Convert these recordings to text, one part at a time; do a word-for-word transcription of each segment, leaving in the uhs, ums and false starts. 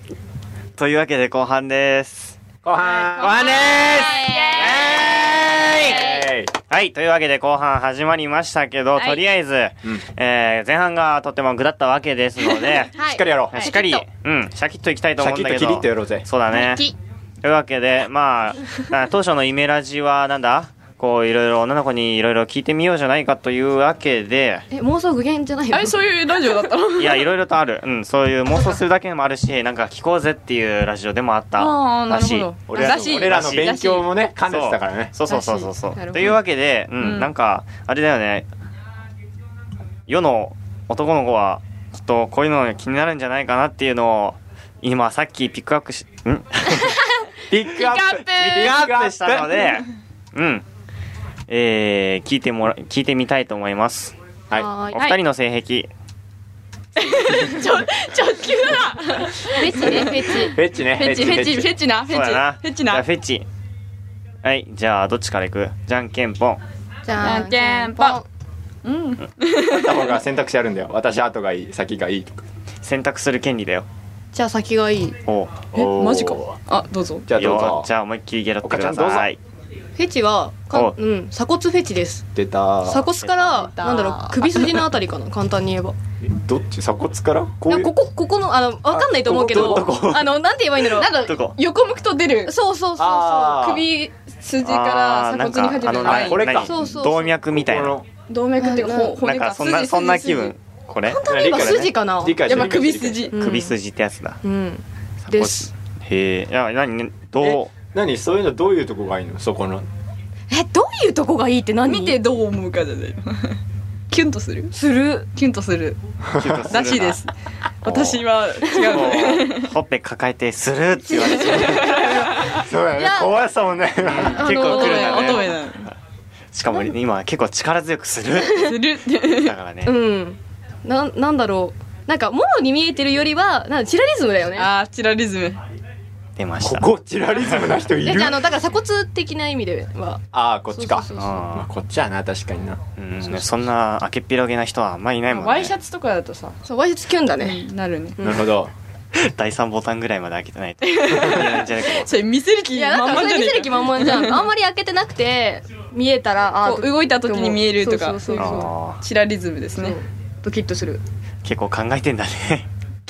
というわけで後半です。 後半後半でーす。 イエーイ。 はい、というわけで後半始まりましたけど、 はい、 とりあえず、うん、えー、前半がとてもぐだったわけですので、 はい、しっかりやろう。 しっかり、はい、うん、シャキッといきたいと思うんだけど。 シャキッとキリッとやろうぜ。 そうだね。というわけで、まあ、当初のイメラジはなんだこういろいろ女の子にいろいろ聞いてみようじゃないかというわけで、 え妄想具現じゃないの？ あれそういうラジオだったの？ いやいろいろとある、うん、そういう妄想するだけでもあるし、なんか聞こうぜっていうラジオでもあったらしい。 俺らの俺らの勉強もね兼ねてたからね。 そうそうそうそうそう。というわけで、うん、うん、なんかあれだよね。世の男の子はきっとこういうの気になるんじゃないかなっていうのを今さっきピックアップし、ん？ピックアップピックアップしたので、うん。えー、聞いてもら聞いてみたいと思います。はい。お二人の性癖。 ちょ直球だな。 フェチねフェチ。 フェチね。 フェチフェチフェチなフェチ。フェチな。 じゃあフェチ。はい、じゃあどっちからいく？じゃんけんぽん。 じゃんけんぽん。 うん。 勝った方が選択肢あるんだよ。私後がいい、先がいいとか。 選択する権利だよ。 じゃあ先がいい。 お。 え、マジか。あ、どうぞ。 じゃあどうぞ。 じゃあ思いっきりゲロってください。 フェチはかうん、鎖骨フェチです。 出た。 鎖骨からなんだろう首筋のあたりかな簡単に言えば。 どっち？鎖骨からこういう？ ここここのあのわかんないと思うけど、あのなんて言えばいいんだろう。なんか横向くと出る。 そうそうそうそう。 首筋から鎖骨にかけてるライン。 これか。 そうそう。 動脈みたいな。 動脈っていうか骨がそんなそんな気分。これ？ 簡単に言えば筋かな。 やっぱ首筋。 首筋ってやつだ。 うん。です。 へえ。いや何どう？ 何そういうのどういうとこがいいのそこの？ えどういうとこがいいって何？ 見てどう思うかじゃないの。キュンとする？ する。 キュンとする。らしいです。私は違うので。 ほっぺ抱えてするって言われて。 そうやね。怖さもね。 結構来るんだね。しかも今結構力強くする。 する。 だからね。 うん。ななんだろう。なんかものに見えてるよりはなんかチラリズムだよね。 ああチラリズム。 出ました。 ここチラリズムな人いる？ あのだから鎖骨的な意味では。 ああこっちか。 そうそうそうそうまあ、こっちはな確かにな。 うん、そ, そんな明けっぴろげな人はあんまりいないもんね。 ワイシャツとかだとさ。 そうワイシャツキュンだね。 うん、なるね。 なるほど。 だいさんボタンぐらいまで開けてないと。 それ見せる気満々じゃねえか。 見せる気満々じゃん。あんまり開けてなくて見えたらあ動いた時に見えるとか。 そうそうそうチラリズムですね。 ドキッとする。 結構考えてんだね。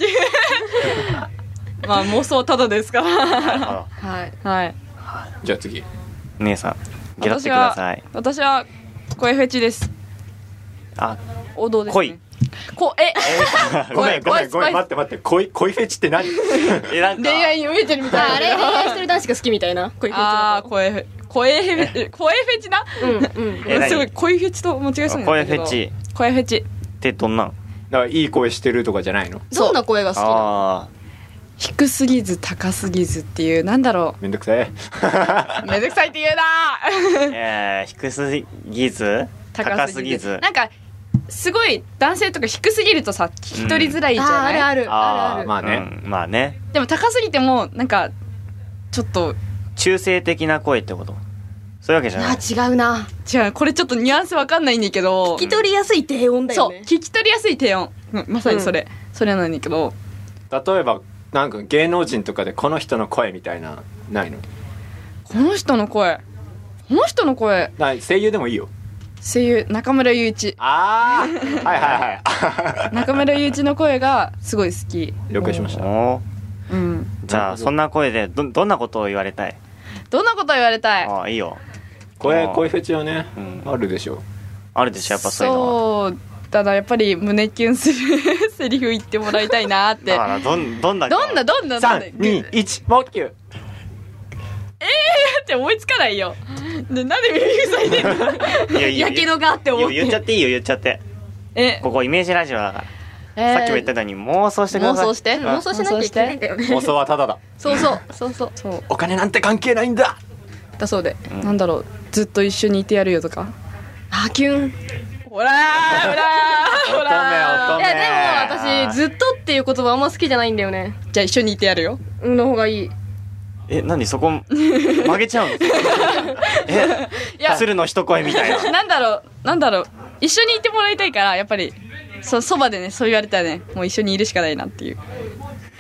まあ妄想ただですから。 はいはい。 じゃあ次姉さんゲロってください。 私は声フェチです。 あ王道ですね。こえごめんごめんごめん待って待って恋恋フェチって何？ 恋愛に飢えてるみたいな。 あれ恋愛してる男子が好きみたいな。 恋フェチああ声フェ声フェ声フェチな。 うんうん。 すごい声フェチと間違えそうになったけど。 声フェチ声フェチってどんなん？ だからいい声してるとかじゃないの？ どんな声が好きなの？ 低すぎず高すぎずっていうなんだろう。 めんどくさい。 めんどくさいって言うな。 えー、低すぎず高すぎず。 なんかすごい男性とか低すぎるとさ聞き取りづらいじゃない？ あるあるあるある。 まあねまあね。 でも高すぎてもなんかちょっと中性的な声ってこと？そういうわけじゃない。 あ違うな。 違うこれちょっとニュアンスわかんないんだけど。 聞き取りやすい低音だよね。 そう聞き取りやすい低音。まさにそれそれなんだけど。 例えばなんか芸能人とかでこの人の声みたいなないの？ この人の声この人の声声優でもいいよ。 声優中村雄一。 ああはいはいはい。 中村雄一の声がすごい好き。 了解しました。 うん。 じゃあそんな声で ど, どんなことを言われたい？ どんなことを言われたい？ ああいいよ。 声声フェチはね、 うん、 あるでしょ。 あるでしょやっぱそういうのは。 そうただやっぱり胸キュンするセリフ言ってもらいたいなって。 だからどんどんなどんなどんなさんにいちもうきゅう。 えーって思いつかないよ。でなんで耳塞いでんの？ やけどがあって思って。 言っちゃっていいよ言っちゃって。 えここイメージラジオだから。えー、さっきも言ったように妄想してください。 妄想して妄想しなきゃいけないんだよね。 妄想はただだ。 そうそうそうそうそう。 お金なんて関係ないんだ。 だそうで、うん、なんだろうずっと一緒にいてやるよとか。 あキュン。 ほらーほらーほらー。 いやでも私ずっとっていう言葉あんま好きじゃないんだよね。 じゃあ一緒にいてやるよの方がいい。 え何そこ曲げちゃうの？えいや鶴の一声みたいな。 なんだろうなんだろう一緒にいてもらいたいからやっぱりそそばでねそう言われたらねもう一緒にいるしかないなっていう。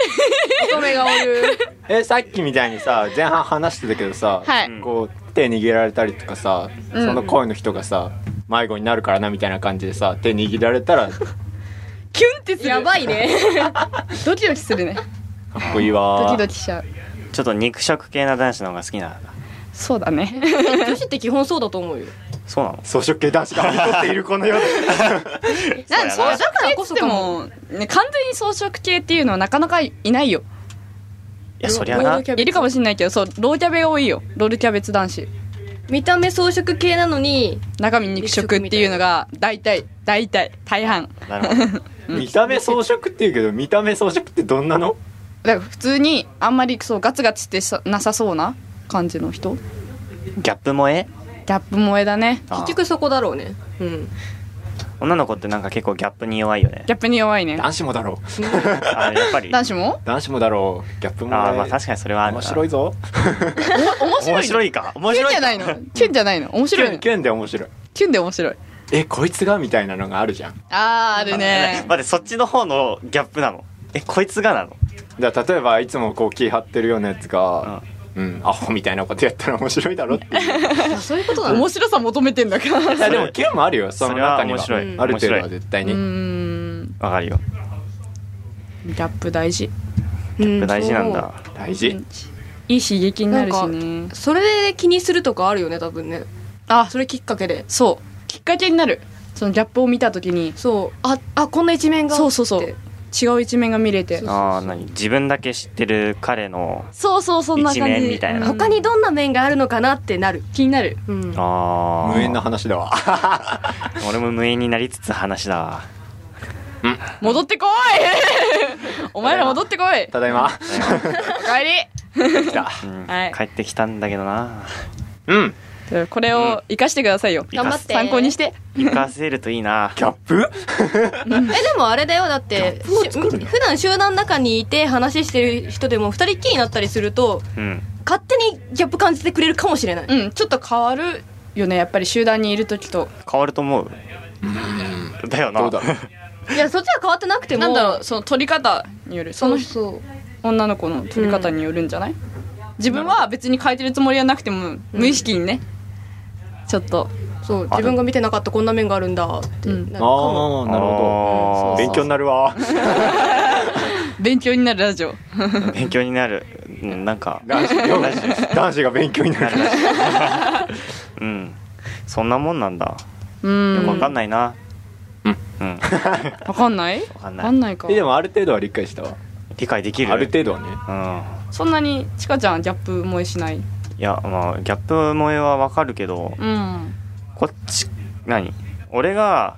乙女がおる。 えさっきみたいにさ前半話してたけどさ、 はいこう手握られたりとかさ、 うんその声の人がさ迷子になるからなみたいな感じでさ手握られたらかキュンってする。 やばいね。 ドキドキするね。 っこいいわドー。 キドキしちゃう。 ちょっと肉食系な男子の方が好きなんだ。 そうだね。 女子って基本そうだと思うよ。 そうなの？ 草食系男子がはびこっているこの世でなんそうやな草食系っつっても、ね、完全に草食系っていうのはなかなかいないよ。 いやそりゃな。 ロールキャベツいるかもしれないけど、そうローキャベが多いよ。ロールキャベツ男子。 見た目装飾系なのに中身肉食っていうのが大体大体大半。 なるほど。 見た目装飾っていうけど見た目装飾ってどんなの？ だから普通にあんまりそうガツガツしてさなさそうな感じの人。 ギャップ萌え？ ギャップ萌えだね。 あー結局そこだろうね。うん。 女の子ってなんか結構ギャップに弱いよねギ。ャップに弱いね。 男子もだろうあやっぱり。 男子も男子もだろうギャップもあーまあ確かにそれはあるな。 面白いぞ面白い面白いか。面キュ白いか。 ンじゃないのキュンじゃないの面白いのキュンで面白いキュンで面白い。 えこいつがみたいなのがあるじゃん。 あーあるね。 待ってそっちの方のギャップなの？えこいつがなの？ だから例えばいつもこう気張ってるようなやつがうんアホみたいなことやったら面白いだろっていうあそういうことなの。 面白さ求めてんだから。 いやでもキュンもあるよその中にはそれは面白いある程度は絶対うにーんわかるよ。 ギャップ大事。 ギャギャップ大事なんだ。 大事いい刺激になるしなね。 それで気にするとかあるよね多分ね。 あそれきっかけで。 そうきっかけになる。そのギャップを見た時にそうああこんな一面がそうそうそうって違う一面が見れてそうああ何自分だけ知ってる彼のそうそうそんな感じ一面みたいなうん他にどんな面があるのかなってなる。 気になる。 うん。 ああ無縁な話だわ俺も無縁になりつつ話だわ。 戻ってこいお前ら戻ってこいただいまおかえり来たうんはい帰ってきたんだけどな。 うんこれを生かしてくださいよ。 頑張って参考にして。 生かせるといいな。 ギャップえでもあれだよだってし普段集団の中にいて話してる人でも二人っきりになったりするとうん勝手にギャップ感じてくれるかもしれない。 うん、ちょっと変わるよね。やっぱり集団にいる時と。 変わると思う。だよな。 どうだろういやそっちは変わってなくてもなんだろう、その取り方による。そのそう女の子の取り方によるんじゃない、自分は別に変えてるつもりはなくても、無意識にね、ちょっと。 そう自分が見てなかったこんな面があるんだってうんなるかも。 ああなるほあーど勉強になるわ勉強になるラジオ。 勉強になる。うんなんか男子男子が勉強になるうんそんなもんなんだ。 うん。 よくわかんないな。 うんうんわかんないわかんないわかんないかえ。でもある程度は理解したわ理解できる。 ある程度はねうん。 そんなに、ちかちゃんギャップ萌えしない。 いやまあギャップ萌えはわかるけど、 うん。 こっち何俺が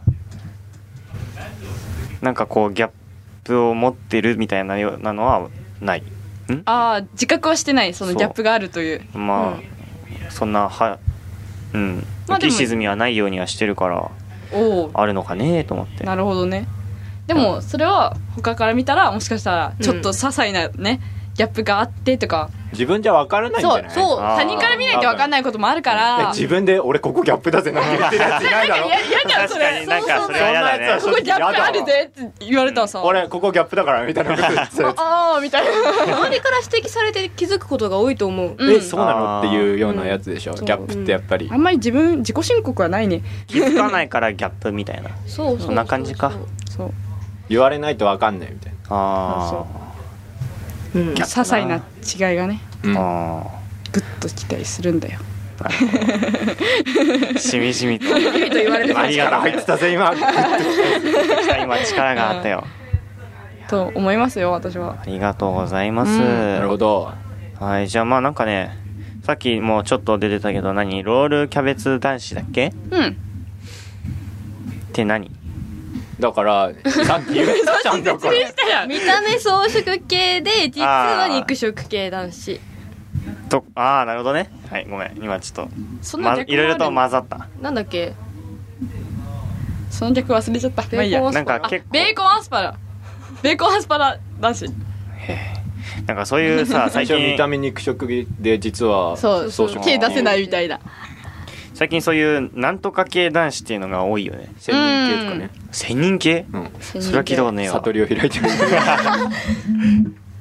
なんかこうギャップを持ってるみたいなようなのはない。んああ、自覚はしてない。そのそうギャップがあるという。 まあ、そんなはうん浮まあでもき沈みはないようにはしてるからおお。 あるのかねと思って。 なるほどね。でもそれは他から見たらもしかしたらちょっと些細なね、ギャップがあってとか、 自分じゃ分からないんじゃないそうそうあー他人から見ないと分かんないこともあるから。 え自分で俺ここギャップだぜなんて言ってるやついないだろいや嫌じゃんそれ。 確かになんかそれは嫌だね。 ここギャップあるぜって言われたらさ、 俺ここギャップだからみたいなこと言ってたやつああみたいな。 周りから指摘されて気づくことが多いと思う。 うんえそうなのっていうようなやつでしょうんギャップってやっぱりあんまり自分自己申告はないね。 気づかないからギャップみたいな。 そうそうそんな感じか。 そう。 言われないと分かんないみたいあうん些細な違いがね、 ー、 なあグッときたりするんだよ。 ーなるほどしみじみとと言われてますありがとう力入ってたぜ今今力があったよ。 と思いますよ私は。 ありがとうございます。 うんなるほどはい、じゃあまあなんかね、さっきもうちょっと出てたけど何ロールキャベツ男子だっけうん。 って何？ だからさっき言ったじゃんだから見た目装飾系で実は肉食系男子。 とああなるほどね。はいごめん今ちょっとその逆もあるまいろいろと混ざった。 なんだっけ。 その逆忘れちゃった。まあいいや。 ベーコンなんか結構ベーコンアスパラ。ベーコンアスパラ男子。 なんかそういうさ最最初見近た目肉食で実はそう装飾手出せないみたいな。 最近そういうなんとか系男子っていうのが多いよね。 千人系とかね千人系？ うんそれは聞いたことねえわ。 悟りを開いてる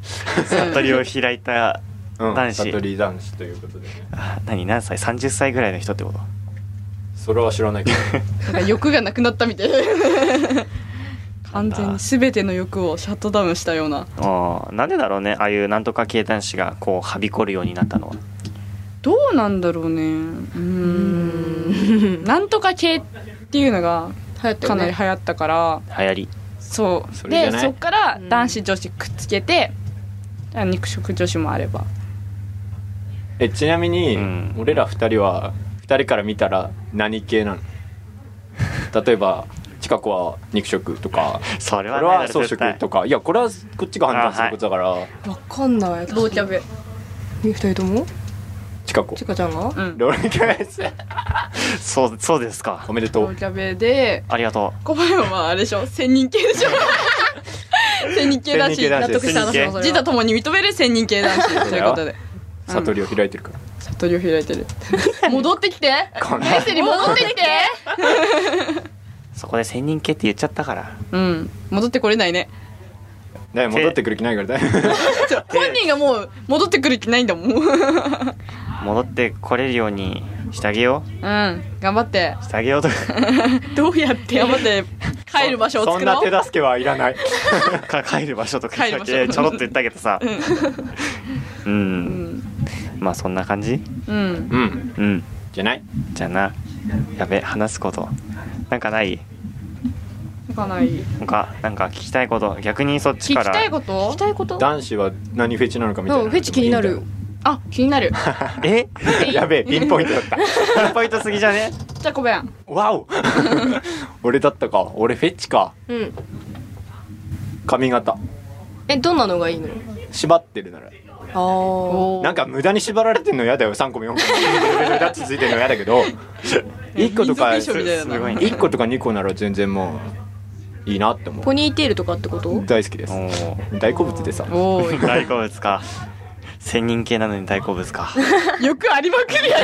悟りを開いたうん、 男子悟り男子ということで、 あ何何歳さんじゅっさいぐらいの人ってこと？ それは知らないけどなんか欲がなくなったみたい完全に全ての欲をシャットダウンしたような。 あなんでだろうね、ああいうなんとか系男子がこうはびこるようになったのは。 どうなんだろうね。うーんなんとか系っていうのが流行ったよねかなり流行ったから流行り。 そうそれじゃないでそっから男子女子くっつけて、うん、肉食女子もあれば。 えちなみに、 うん、 俺ら二人は二人から見たら何系なの？例えばちかこは肉食とかそれは俺ないだろは草絶対食とか、いやこれはこっちが判断することだから、 わかんない。 ローキャベ。 二人ともちかこちかちゃんがうんロールキャベツそうそうですか。 おめでとう。 ローキャベでありがと小林はあれでしょ千人系でしょ千人系男子千人系男子納得した千人系私もそれ自他ともに認める千人系男子ということで悟りを開いてるから、 悟りを開いてる戻ってきてこんなメッセに戻ってきてう。そこで千人系って言っちゃったからうん戻ってこれないねね戻ってくる気ないからね本人がもう戻ってくる気ないんだもんうん戻ってこれるようにしてあげよ頑張ってうしてあげようとかどうやって頑張って帰る場所をそんな作ろう手助けはいらないか帰る場所とか帰る場所さっきちょろっと言ったけどさうん、 うんまあそんな感じ。 うんうんうんじゃないじゃあな。やべ話すことなんかない？ なんかない他なんか聞きたいこと、逆にそっち聞きからたいこと聞きたいこと男子は何フェチなのかみたいなうんフェチ気になる。 あ気になるえやべえピンポイントだったピンポイントすぎじゃね？ じゃあ小林わお俺だったか。俺フェチか。 うん。 髪型えどんなのがいいの？ 縛ってるならああ。 なんか無駄に縛られてんの嫌だよ。さんこもよんこもベルベルダッチついてるの嫌だけどいっことか民族衣装みたいだなすごいねいっことかにこなら全然もういいなって思う。 ポニーテールとかってこと？ 大好きです。 おー大好物でさ。 おー大好物か。千人系なのに大好物か。 よくありまくりや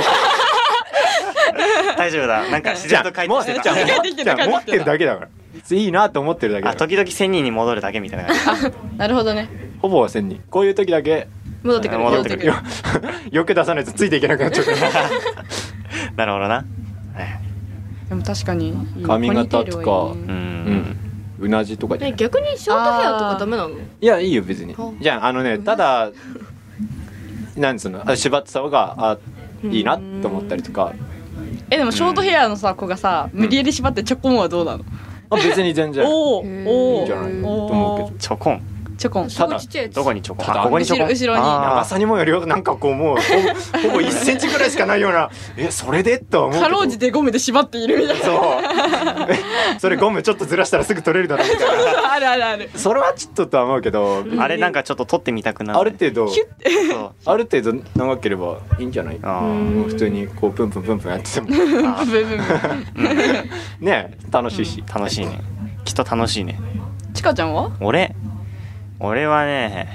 大丈夫だ。なんか自然と帰ってきてじゃあた。 帰ってきてたじゃあ持ってるだけだからいいなと思ってるだけだあ、 から時々千人に戻るだけみたいな感じ。 なるほどねほぼはせんにん。こういう時だけ戻ってくる。 戻ってくるよよく出さないとついていけなくなっちゃうからなるほどな。 でも確かにいい髪型とかポニーテールはいいうん。 うんうなじとかじゃない。 え逆にショートヘアとかダメなの？ いやいいよ別にあ。 じゃああのねただなんつうのあ縛ってた方があいいなと思ったりとか。 えでもショートヘアのさ子がさ無理やり縛ってチョコンはどうなの？ あ別に全然おーへーおーいいんじゃないと思うけど。 チョコン。 チョコンただちっちゃいやつどこにチョコン？ ただあ、ここにチョコン。 後ろ後ろにあ長さにもよるよ。なんかこうもうほぼほぼいっセンチぐらいしかないようなえそれでとは思うけどかろうじてゴムで縛っているみたいなそうえそれゴムちょっとずらしたらすぐ取れるだろうみたいなあるあるあるそれはちょっととは思うけどーあれなんかちょっと取ってみたくなる。 ある程度そう。 ある程度長ければいいんじゃない？ あーもう普通にこうプンプンプンプンやっててもブンブンブンね楽しいし、 楽しいね。きっと楽しいね。 ちかちゃんは？ 俺俺はね、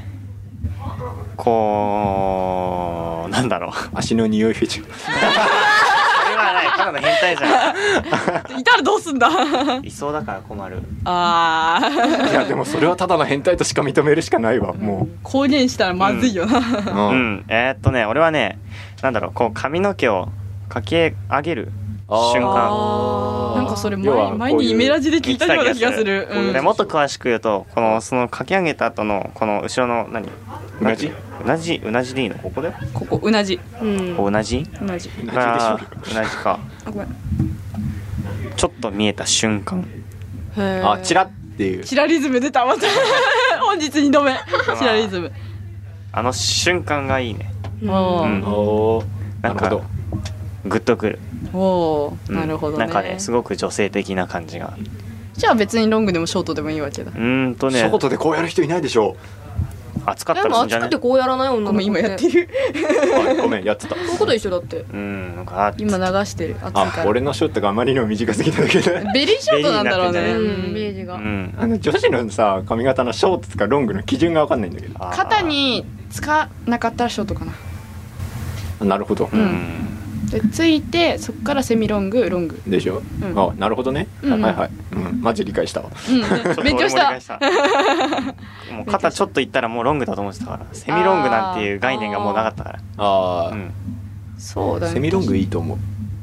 こうなんだろう。 足の匂いフェチそれはない。ただの変態じゃいたらどうすんだん。いそうだから困る。 あーいやでもそれはただの変態としか認めるしかないわも公言したらまずいよな、 う、ううんん。えー、っとね、俺はね、なんだろう、こう髪の毛をかけ上げる瞬間。 あーなんかそれ要は前前にイメラジで聞いたような気がするうんでもっと詳しく言うと、このそのかき上げた後のこの後ろの何？ うなじうなじうなじでいいの？ここで？ ここうなじうんこううなじ？ うなじ同じでしょあーうなじか。 あごめんちょっと見えた瞬間。 へーあチラっていうチラリズム出たまた本日にどめチラリズムあの瞬間がいいね。 うんうんおーなかなんるほどグッとくる。 おーうんなるほどねなんかね、すごく女性的な感じが。 じゃあ別にロングでもショートでもいいわけだうーんとねショー、トでこうやる人いないでしょ暑かっでたらすんじゃねも暑くて？こうやらない女の子ごめん今やってるはいごめんやってたこういうこと一緒だって。 うん、なんか、あ今流してる暑いかあら俺のショートがあまりにも短すぎただけでベリーショートなんだろうねベリーになってんじゃねうんイメージが。 うん。 あの女子のさ髪型のショートとかロングの基準が分かんないんだけどあー肩につかなかったらショートかななるほど、 うん。 でついてそっからセミロングロングでしょ、 うんあなるほどね、 うんうんはいはい、ううんマジ理解したわ。 うんちょっと俺も勉強した理解したもう肩ちょっといったらもうロングだと思ってたからセミロングなんていう概念がもうなかったからああ、 うんそうだねセミロングいいと思う。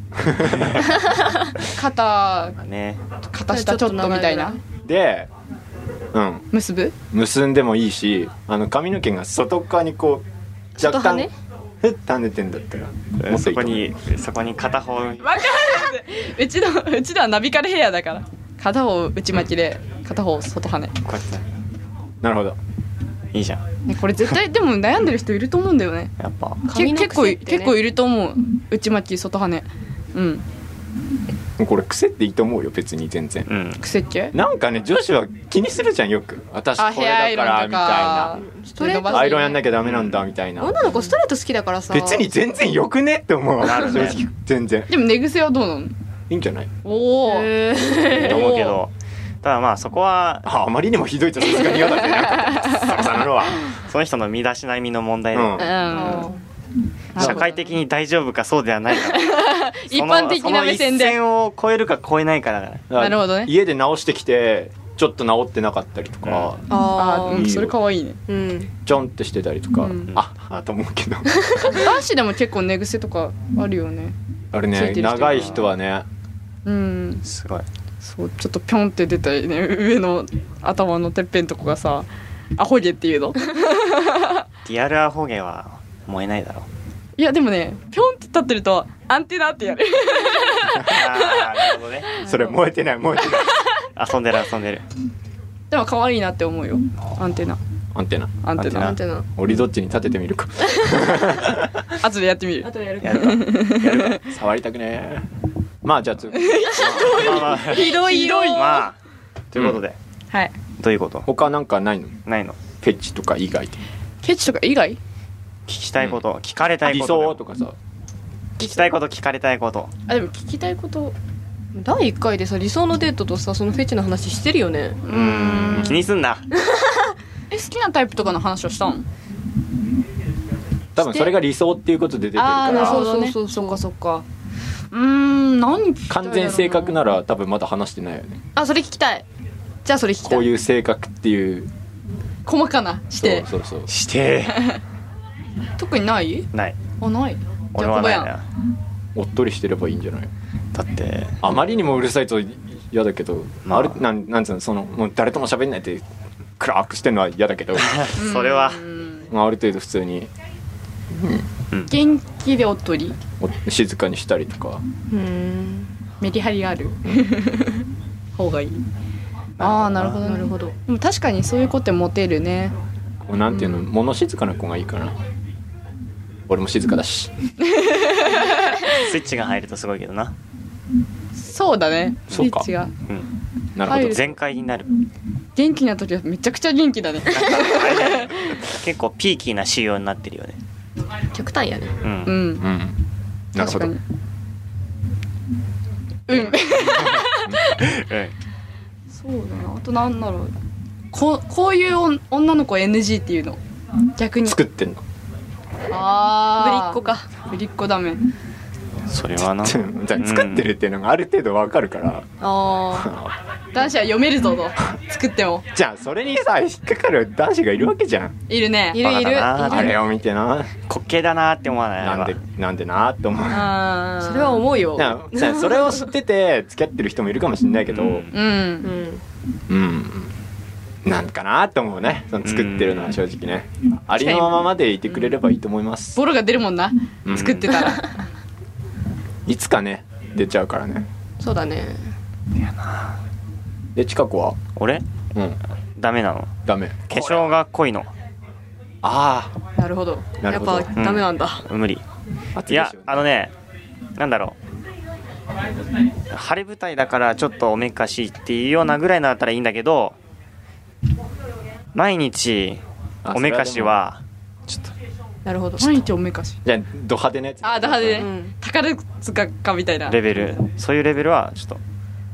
肩まあね肩下ちょっとみたいなでうん結ぶ結んでもいいし、あの髪の毛が外側にこう若干外羽ふっと跳ねてんだったらもっとそこいいと思う。 にそこに片方わかるうちのうちのはナビカルヘアだから片方内巻きで片方外羽ねこうやってなるほど。 いいじゃんねこれ絶対でも悩んでる人いると思うんだよねやっぱけ髪の結構癖ってね結構いると思う内巻き外羽うんこれ癖っていいと思うよ別に全然。 うん癖っけなんかね女子は気にするじゃんよく。私あこれだからみたいな。 ストレートアイロンやんなきゃダメなんだみたいな。 女の子ストレート好きだからさ別に全然よくねって思う。 なるね正直全然でも寝癖はどうなのいいんじゃない。 おおへーと思うけどただまあそこはああまりにもひどいとさすがに嫌だぜなんかサラサラなのは。 その人の身だしなみの問題で、 うんうんあ社会的に大丈夫かそうではないから一般的な目線でその一線を超えるか超えないかだからなるほどね家で直してきてちょっと直ってなかったりとか、 うんああー、 ーうん、それかわいいねうんちょんってしてたりとか、 うんああと思うけど男子でも結構寝癖とかあるよねあれねついてる人長い人はねうんすごいそうちょっとピョンって出たりね上の頭のてっぺんとこがさアホ毛っていうのリアルアホ毛は燃えないだろいやでもねピョンって立ってるとアンテナってやるああなるほどねそれ燃えてない燃えてない遊んでる遊んでるでも可愛いなって思うよアンテナアンテナアンテナアンテなんていうの俺どっちに立ててみるか後でやってみるあとやるかやるかやるか触りたくねまあじゃあつまあまあひどいよまあということで、 はいどういうこと他なんかないのないのフェチとか以外でケチとか以外聞きたいこと、聞かれたい理ことでも想とかさ聞きたいこと聞かれたいことあでも聞きたいことだいいっかいでさ理想のデートとさそのフェチの話してるよねうーん気にすんなえ好きなタイプとかの話をしたん多分それが理想っていうことで出てるああなるからほどねそうそうそうそっかそっかうーん何聞きたいだろう完全正確なら多分まだ話してないよね。 あそれ聞きたいじゃあそれ聞きたいこういう性格っていう細かなしそうてそうそうして特にないないあない俺はないじゃあなおっとりしてればいいんじゃない。 だってあまりにもうるさいと嫌だけど、 まああるなんなんつうのそのもう誰とも喋んないって暗くしてるのは嫌だけどそれはうんまあある程度普通に元気でおっとりお静かにしたりとか。 うーんメリハリがある方がいいああなるほど、ね、 なるほどでも確かにそういう子ってモテるねこうなんていうの、物静かな子がいいかな。俺も静かだし。 スイッチが入るとすごいけどなそうだねそうかスイッチがうんなるほど入る全開になる元気な時はめちゃくちゃ元気だねなんかあれだよね結構ピーキーな仕様になってるよね極端やねうん、 うんうんなるほど確かにうんうんそうだなあとなんだろうここういう女女の子 エヌジー っていうの逆に作ってんのあぶりっ子かぶりっ子ダメそれはなじゃあ作ってるっていうのがある程度わかるから、 あ男子は読めるぞと作ってもじゃあそれにさ引っかかる男子がいるわけじゃん。 いるねいるいるバカだないるあれを見てな滑稽だなって思わないなんでなんでなって思う。 あーそれは思うよだからさそれを知ってて付き合ってる人もいるかもしれないけど、 ううんん、 うんうんなんかなって思うね。その作ってるのは正直ね、ありのままでいてくれればいいと思います。 ボロが出るもんなうん作ってたらいつかね出ちゃうからね。 そうだねで近くは俺うんダメなのダメ。 化粧が濃いのあなるほどやっなるほどぱダメなんだ無理あいやあのねなんだろう晴れ舞台だからちょっとおめかしいっていうようなぐらいのだったらいいんだけど毎日おめかしはちょっとなるほど毎日おめかしじゃあド派手なやつ。 あーだはでねうん宝塚かみたいなレベルそういうレベルはちょっと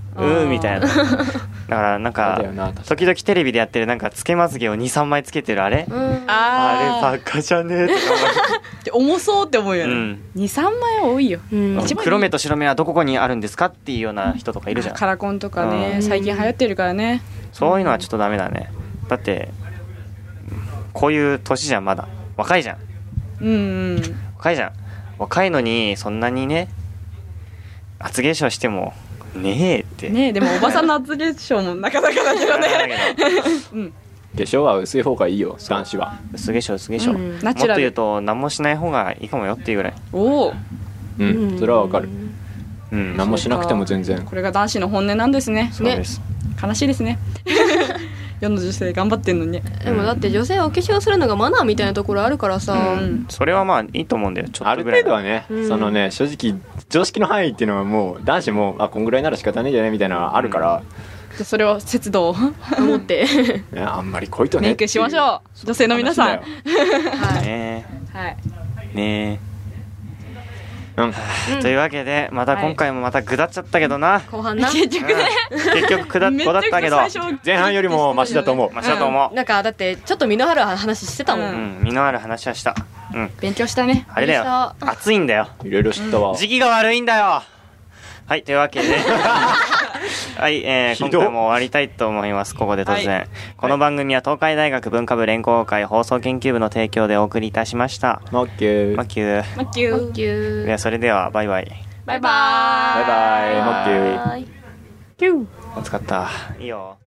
うーみたいな。だからなんかそうだよな確かに時々テレビでやってるなんかつけまつげをにさんまいつけてるあれ、 うんああれバカじゃねえとかれ重そうって思うよね、 うんにさんまいは多いよ、 うん思う一番いい黒目と白目はどこにあるんですかっていうような人とかいるじゃん。 カラコンとかね、 うん最近流行ってるからね。 そういうのはちょっとダメだね。だってこういう年じゃん、まだ若いじゃん、 うんうん若いじゃん若いのにそんなにね厚化粧してもねえってねえ、でもおばさんの厚化粧もなかなかだけどだねけどうん化粧は薄い方がいいよ男子は。 薄化粧薄化粧、 うんもっとナチュラル言うと何もしない方がいいかもよっていうぐらい。 おお、 うんそれはわかる。 うん何もしなくても全然これが男子の本音なんですね。 そうです、 悲しいですね世の女性頑張ってんのに。 でもだって女性はお化粧するのがマナーみたいなところあるからさ、 うんそれはまあいいと思うんだよ、ちょあるっとぐらい程度はね、 うんそのね正直常識の範囲っていうのはもう男子もあこんぐらいなら仕方ねえんじゃねみたいなのはあるから、 じゃあそれを節度を思ってね、あんまり来いとねメイクしましょう女性の皆さん。 話だよはいねはいえねうんえ、というわけでまた今回もまた下っちゃったけどな、 後半な結局ね結局下っこだったけどめちゃくちゃ最初前半よりもマシだと思う。 マシだと思う、 なんかだってちょっと身のある話してたもん、 ううん、身のある話はした。うん、 勉強したね。 あれだよした暑いんだよ、 いろいろ知ったわ。 時期が悪いんだよ。はいというわけではい、えー、 ひど今回も終わりたいと思います。ここで突然、 はこの番組は東海大学文化部連合会放送研究部の提供でお送りいたしました。 オッケー。 マッキュー。 マッキューオッケーではそれではバイバイ。 バイバーイバイバイ。マッキュー。 バイキュー暑かった。いいよ。